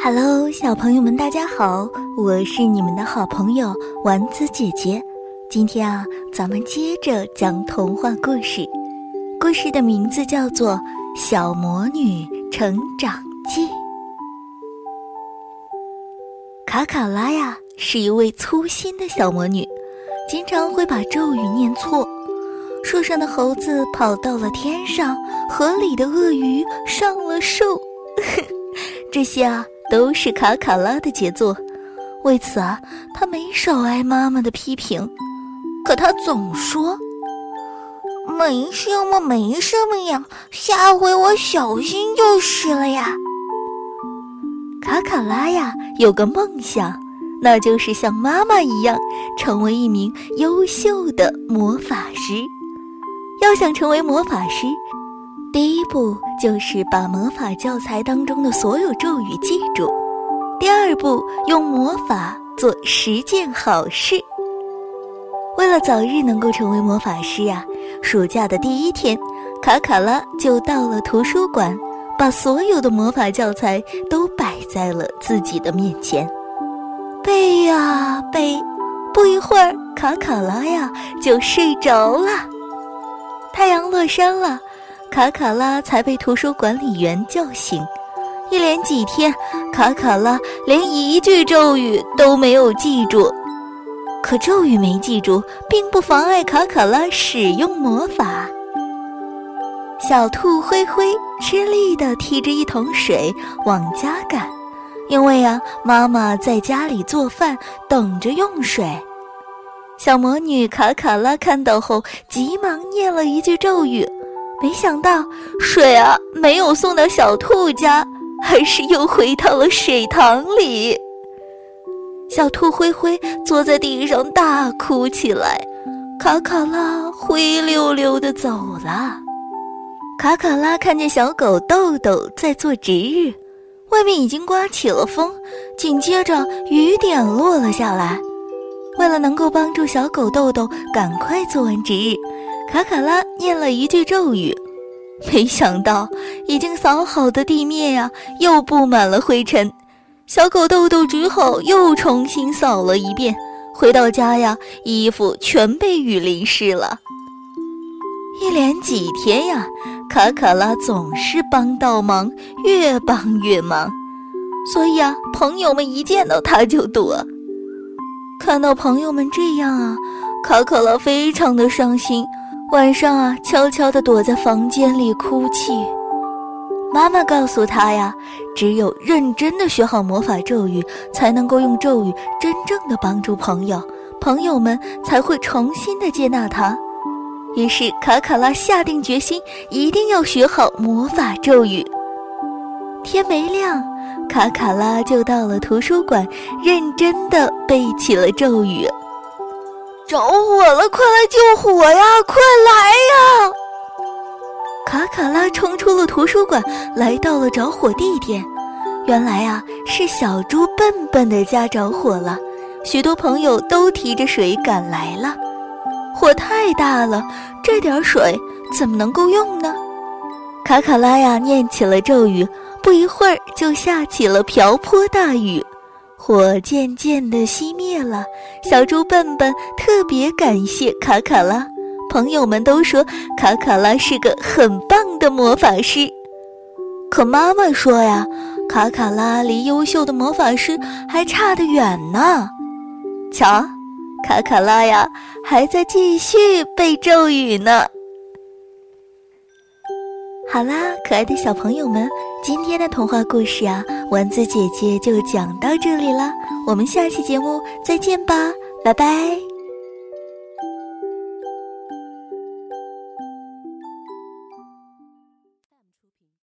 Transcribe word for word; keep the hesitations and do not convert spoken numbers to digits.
Hello， 小朋友们，大家好，我是你们的好朋友丸子姐姐。今天啊，咱们接着讲童话故事，故事的名字叫做《小魔女成长记》。卡卡拉呀，是一位粗心的小魔女，经常会把咒语念错。树上的猴子跑到了天上，河里的鳄鱼上了树，这些啊都是卡卡拉的杰作。为此啊，她没少挨妈妈的批评，可她总说没什么没什么呀，下回我小心就是了呀。卡卡拉呀有个梦想，那就是像妈妈一样成为一名优秀的魔法师。要想成为魔法师，第一步就是把魔法教材当中的所有咒语记住，第二步用魔法做十件好事。为了早日能够成为魔法师啊，暑假的第一天，卡卡拉就到了图书馆，把所有的魔法教材都摆在了自己的面前，背呀背，不一会儿卡卡拉呀就睡着了。太阳落山了，卡卡拉才被图书管理员叫醒。一连几天，卡卡拉连一句咒语都没有记住。可咒语没记住，并不妨碍卡卡拉使用魔法。小兔灰灰吃力地提着一桶水往家赶，因为啊，妈妈在家里做饭，等着用水。小魔女卡卡拉看到后，急忙念了一句咒语，没想到水啊没有送到小兔家，而是又回到了水塘里。小兔灰灰坐在地上大哭起来，卡卡拉灰溜溜地走了。卡卡拉看见小狗豆豆在做值日，外面已经刮起了风，紧接着雨点落了下来。为了能够帮助小狗豆豆赶快做完值日，卡卡拉念了一句咒语，没想到已经扫好的地面呀又布满了灰尘，小狗豆豆只好又重新扫了一遍。回到家呀，衣服全被雨淋湿了。一连几天呀，卡卡拉总是帮倒忙，越帮越忙，所以啊，朋友们一见到他就躲。看到朋友们这样啊，卡卡拉非常的伤心，晚上啊悄悄地躲在房间里哭泣。妈妈告诉他呀，只有认真地学好魔法咒语，才能够用咒语真正的帮助朋友，朋友们才会重新的接纳他。于是卡卡拉下定决心，一定要学好魔法咒语。天没亮，卡卡拉就到了图书馆，认真地背起了咒语。着火了，快来救火呀，快来呀！卡卡拉冲出了图书馆，来到了着火地点。原来啊，是小猪笨笨的家着火了，许多朋友都提着水赶来了。火太大了，这点水怎么能够用呢？卡卡拉呀念起了咒语，不一会儿就下起了瓢泼大雨，火渐渐地熄灭了。小猪笨笨特别感谢卡卡拉，朋友们都说卡卡拉是个很棒的魔法师。可妈妈说呀，卡卡拉离优秀的魔法师还差得远呢。瞧，卡卡拉呀还在继续背咒语呢。好啦，可爱的小朋友们，今天的童话故事啊，丸子姐姐就讲到这里了，我们下期节目再见吧，拜拜。